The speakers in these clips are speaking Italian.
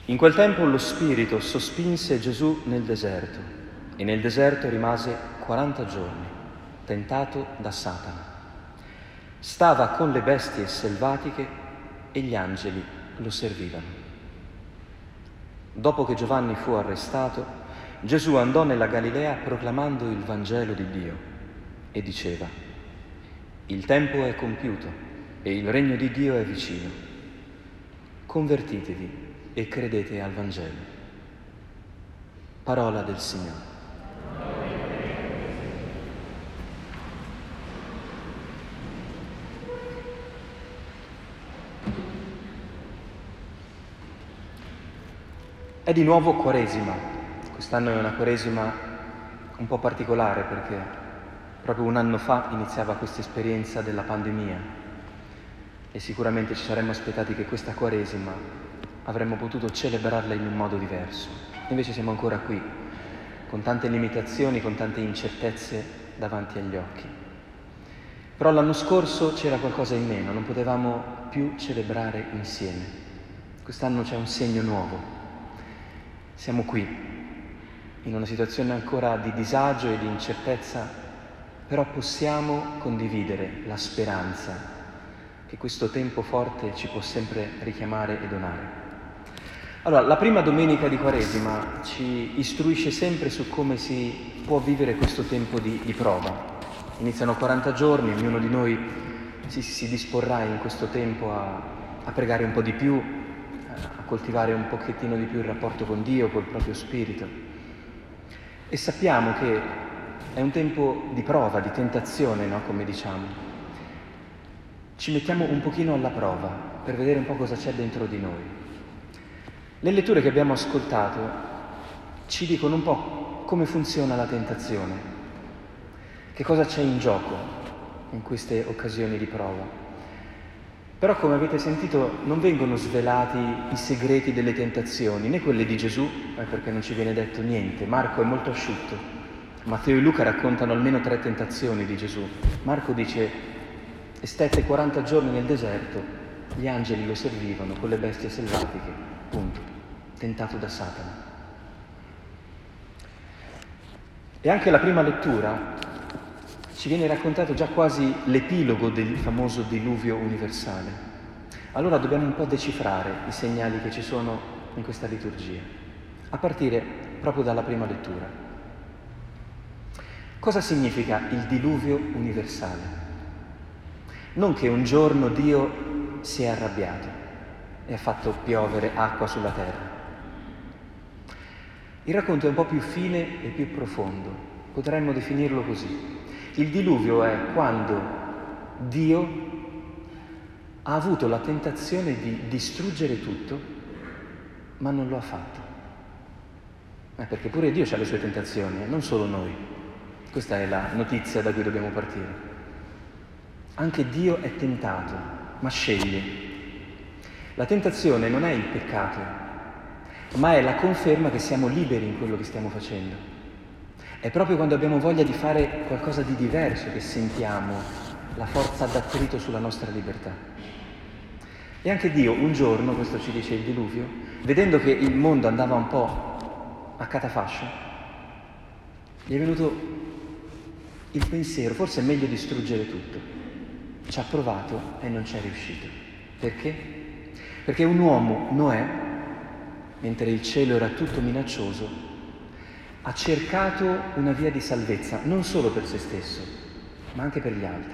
In quel tempo lo Spirito sospinse Gesù nel deserto e nel deserto rimase 40 giorni, tentato da Satana. Stava con le bestie selvatiche e gli angeli lo servivano. Dopo che Giovanni fu arrestato, Gesù andò nella Galilea proclamando il Vangelo di Dio e diceva: «Il tempo è compiuto e il regno di Dio è vicino. Convertitevi e credete al Vangelo». Parola del Signore. È di nuovo Quaresima. Quest'anno è una Quaresima un po' particolare perché proprio un anno fa iniziava questa esperienza della pandemia e sicuramente ci saremmo aspettati che questa Quaresima avremmo potuto celebrarla in un modo diverso. Invece siamo ancora qui, con tante limitazioni, con tante incertezze davanti agli occhi. Però l'anno scorso c'era qualcosa in meno, non potevamo più celebrare insieme. Quest'anno c'è un segno nuovo. Siamo qui, in una situazione ancora di disagio e di incertezza, però possiamo condividere la speranza che questo tempo forte ci può sempre richiamare e donare. Allora, la prima domenica di Quaresima ci istruisce sempre su come si può vivere questo tempo di prova. Iniziano 40 giorni, ognuno di noi si disporrà in questo tempo a pregare un po' di più, a coltivare un pochettino di più il rapporto con Dio, col proprio spirito. E sappiamo che è un tempo di prova, di tentazione, no? Come diciamo. Ci mettiamo un pochino alla prova per vedere un po' cosa c'è dentro di noi. Le letture che abbiamo ascoltato ci dicono un po' come funziona la tentazione, che cosa c'è in gioco in queste occasioni di prova. Però, come avete sentito, non vengono svelati i segreti delle tentazioni, né quelle di Gesù, perché non ci viene detto niente. Marco è molto asciutto. Matteo e Luca raccontano almeno 3 tentazioni di Gesù. Marco dice: e stette 40 giorni nel deserto, gli angeli lo servivano con le bestie selvatiche, punto, tentato da Satana. E anche la prima lettura ci viene raccontato già quasi l'epilogo del famoso diluvio universale. Allora dobbiamo un po' decifrare i segnali che ci sono in questa liturgia, a partire proprio dalla prima lettura. Cosa significa il diluvio universale? Non che un giorno Dio si è arrabbiato e ha fatto piovere acqua sulla terra. Il racconto è un po' più fine e più profondo, potremmo definirlo così. Il diluvio è quando Dio ha avuto la tentazione di distruggere tutto, ma non lo ha fatto. Perché pure Dio ha le sue tentazioni, non solo noi. Questa è la notizia da cui dobbiamo partire. Anche Dio è tentato, ma sceglie. La tentazione non è il peccato, ma è la conferma che siamo liberi in quello che stiamo facendo. È proprio quando abbiamo voglia di fare qualcosa di diverso che sentiamo la forza d'attrito sulla nostra libertà. E anche Dio un giorno, questo ci dice il diluvio, vedendo che il mondo andava un po' a catafascio, gli è venuto il pensiero, forse è meglio distruggere tutto. Ci ha provato e non ci è riuscito. Perché? Perché un uomo, Noè, mentre il cielo era tutto minaccioso, ha cercato una via di salvezza, non solo per se stesso, ma anche per gli altri.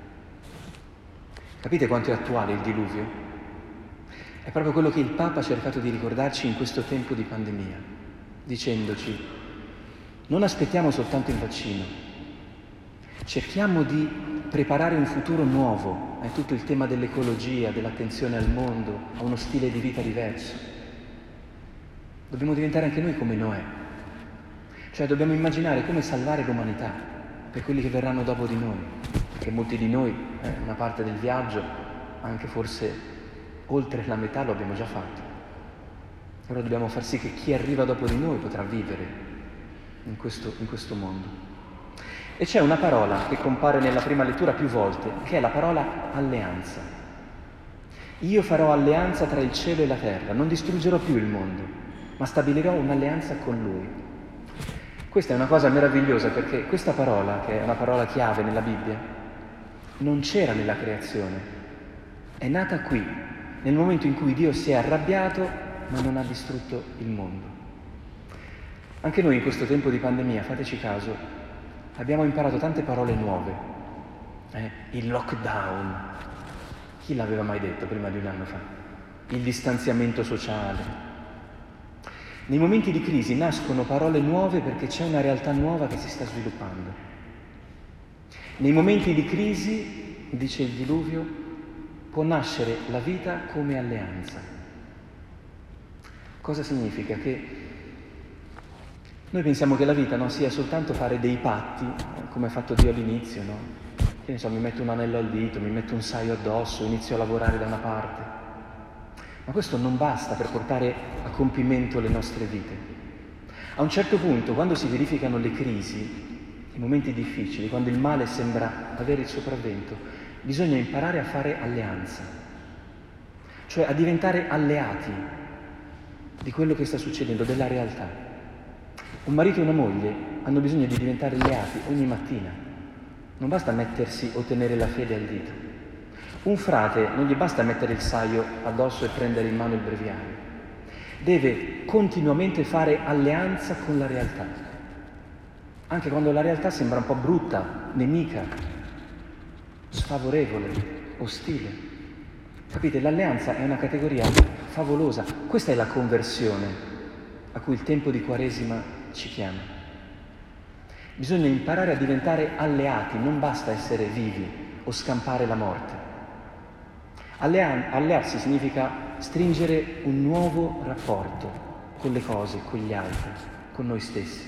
Capite quanto è attuale il diluvio? È proprio quello che il Papa ha cercato di ricordarci in questo tempo di pandemia, dicendoci: non aspettiamo soltanto il vaccino, cerchiamo di preparare un futuro nuovo, è tutto il tema dell'ecologia, dell'attenzione al mondo, a uno stile di vita diverso. Dobbiamo diventare anche noi come Noè. Cioè dobbiamo immaginare come salvare l'umanità per quelli che verranno dopo di noi, perché molti di noi, una parte del viaggio, anche forse oltre la metà lo abbiamo già fatto. Allora dobbiamo far sì che chi arriva dopo di noi potrà vivere in questo mondo. E c'è una parola che compare nella prima lettura più volte, che è la parola alleanza. Io farò alleanza tra il cielo e la terra, non distruggerò più il mondo, ma stabilirò un'alleanza con Lui. Questa è una cosa meravigliosa perché questa parola, che è una parola chiave nella Bibbia, non c'era nella creazione, è nata qui, nel momento in cui Dio si è arrabbiato ma non ha distrutto il mondo. Anche noi in questo tempo di pandemia, fateci caso, abbiamo imparato tante parole nuove. Il lockdown, chi l'aveva mai detto prima di un anno fa? Il distanziamento sociale. Nei momenti di crisi nascono parole nuove perché c'è una realtà nuova che si sta sviluppando. Nei momenti di crisi, dice il diluvio, può nascere la vita come alleanza. Cosa significa? Che noi pensiamo che la vita sia soltanto fare dei patti, come ha fatto Dio all'inizio, no? Che ne so, mi metto un anello al dito, mi metto un saio addosso, inizio a lavorare da una parte. Ma questo non basta per portare a compimento le nostre vite. A un certo punto, quando si verificano le crisi, i momenti difficili, quando il male sembra avere il sopravvento, bisogna imparare a fare alleanza, cioè a diventare alleati di quello che sta succedendo, della realtà. Un marito e una moglie hanno bisogno di diventare alleati ogni mattina. Non basta mettersi o tenere la fede al dito. Un frate non gli basta mettere il saio addosso e prendere in mano il breviario. Deve continuamente fare alleanza con la realtà. Anche quando la realtà sembra un po' brutta, nemica, sfavorevole, ostile. Capite? L'alleanza è una categoria favolosa. Questa è la conversione a cui il tempo di Quaresima ci chiama. Bisogna imparare a diventare alleati, non basta essere vivi o scampare la morte. Allearsi significa stringere un nuovo rapporto con le cose, con gli altri, con noi stessi.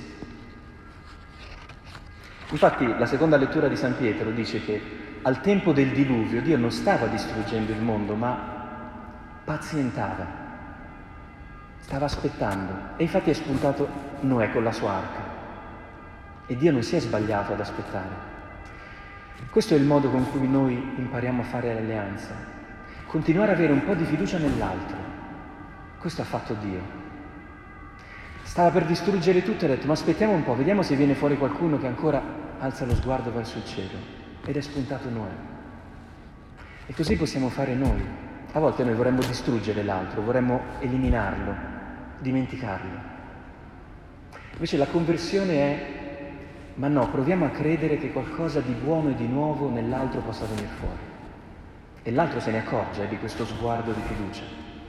Infatti la seconda lettura di San Pietro dice che al tempo del diluvio Dio non stava distruggendo il mondo, ma pazientava, stava aspettando. E infatti è spuntato Noè con la sua arca. E Dio non si è sbagliato ad aspettare. Questo è il modo con cui noi impariamo a fare l'alleanza. Continuare ad avere un po' di fiducia nell'altro. Questo ha fatto Dio. Stava per distruggere tutto e ha detto: ma aspettiamo un po', vediamo se viene fuori qualcuno che ancora alza lo sguardo verso il cielo. Ed è spuntato Noè. E così possiamo fare noi. A volte noi vorremmo distruggere l'altro, vorremmo eliminarlo, dimenticarlo. Invece la conversione è: ma no, proviamo a credere che qualcosa di buono e di nuovo nell'altro possa venire fuori. E l'altro se ne accorge di questo sguardo di fiducia.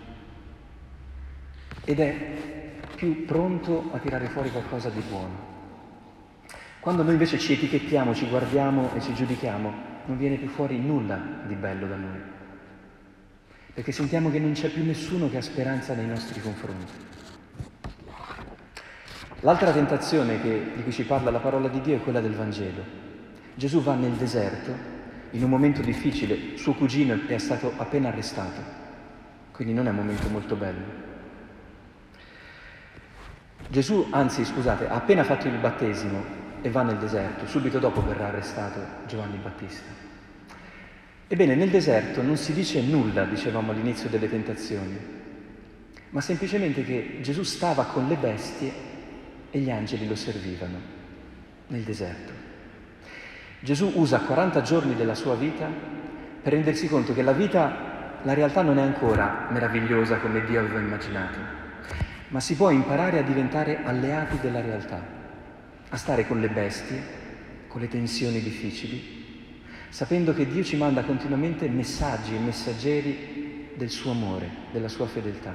Ed è più pronto a tirare fuori qualcosa di buono. Quando noi invece ci etichettiamo, ci guardiamo e ci giudichiamo, non viene più fuori nulla di bello da noi. Perché sentiamo che non c'è più nessuno che ha speranza nei nostri confronti. L'altra tentazione di cui ci parla la parola di Dio è quella del Vangelo. Gesù va nel deserto, in un momento difficile, suo cugino è stato appena arrestato, quindi non è un momento molto bello. Gesù, ha appena fatto il battesimo e va nel deserto, subito dopo verrà arrestato Giovanni Battista. Ebbene, nel deserto non si dice nulla, dicevamo all'inizio delle tentazioni, ma semplicemente che Gesù stava con le bestie e gli angeli lo servivano nel deserto. Gesù usa 40 giorni della sua vita per rendersi conto che la realtà non è ancora meravigliosa come Dio aveva immaginato, ma si può imparare a diventare alleati della realtà, a stare con le bestie, con le tensioni difficili, sapendo che Dio ci manda continuamente messaggi e messaggeri del suo amore, della sua fedeltà.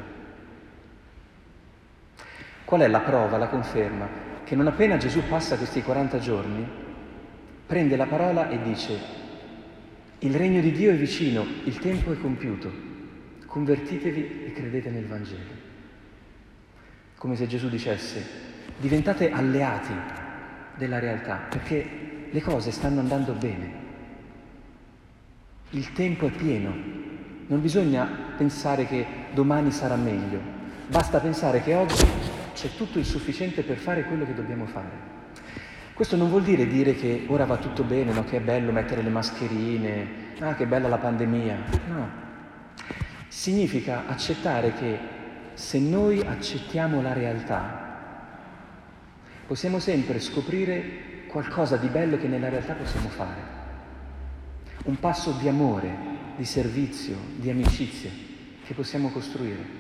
Qual è la prova, la conferma? Che non appena Gesù passa questi 40 giorni, prende la parola e dice: il regno di Dio è vicino, il tempo è compiuto, convertitevi e credete nel Vangelo. Come se Gesù dicesse: diventate alleati della realtà, perché le cose stanno andando bene. Il tempo è pieno, non bisogna pensare che domani sarà meglio, basta pensare che oggi c'è tutto il sufficiente per fare quello che dobbiamo fare. Questo non vuol dire che ora va tutto bene, no? Che è bello mettere le mascherine, che bella la pandemia. No. significa accettare che se noi accettiamo la realtà, possiamo sempre scoprire qualcosa di bello che nella realtà possiamo fare. Un passo di amore, di servizio, di amicizia che possiamo costruire.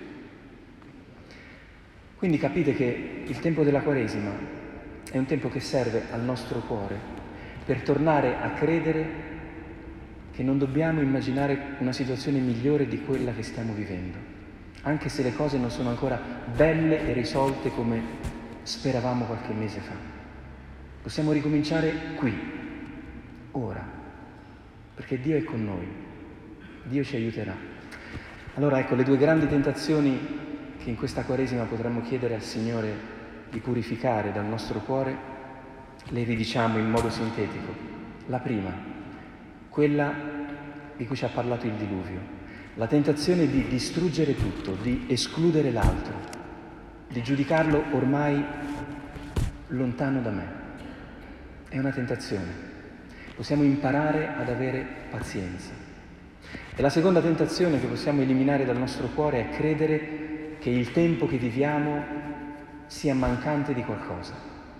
Quindi capite che il tempo della Quaresima è un tempo che serve al nostro cuore per tornare a credere che non dobbiamo immaginare una situazione migliore di quella che stiamo vivendo, anche se le cose non sono ancora belle e risolte come speravamo qualche mese fa. Possiamo ricominciare qui, ora, perché Dio è con noi, Dio ci aiuterà. Allora ecco, le due grandi tentazioni che in questa Quaresima potremmo chiedere al Signore di purificare dal nostro cuore, le ridiciamo in modo sintetico. La prima, quella di cui ci ha parlato il diluvio, la tentazione di distruggere tutto, di escludere l'altro, di giudicarlo ormai lontano da me. È una tentazione. Possiamo imparare ad avere pazienza. E la seconda tentazione che possiamo eliminare dal nostro cuore è credere che il tempo che viviamo sia mancante di qualcosa.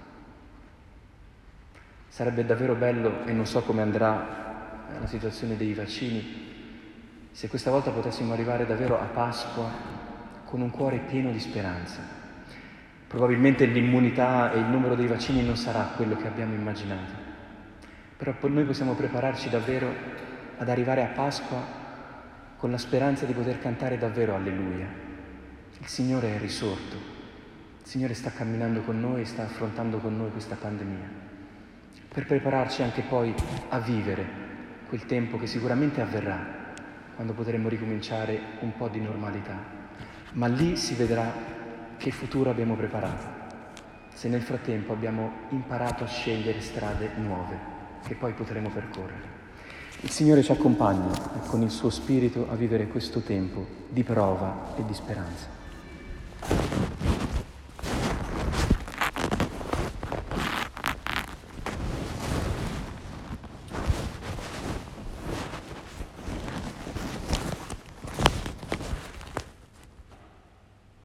Sarebbe davvero bello, e non so come andrà la situazione dei vaccini, se questa volta potessimo arrivare davvero a Pasqua con un cuore pieno di speranza. Probabilmente l'immunità e il numero dei vaccini non sarà quello che abbiamo immaginato, però noi possiamo prepararci davvero ad arrivare a Pasqua con la speranza di poter cantare davvero Alleluia. Il Signore è risorto, il Signore sta camminando con noi, sta affrontando con noi questa pandemia, per prepararci anche poi a vivere quel tempo che sicuramente avverrà, quando potremo ricominciare un po' di normalità. Ma lì si vedrà che futuro abbiamo preparato, se nel frattempo abbiamo imparato a scegliere strade nuove, che poi potremo percorrere. Il Signore ci accompagna con il suo Spirito a vivere questo tempo di prova e di speranza.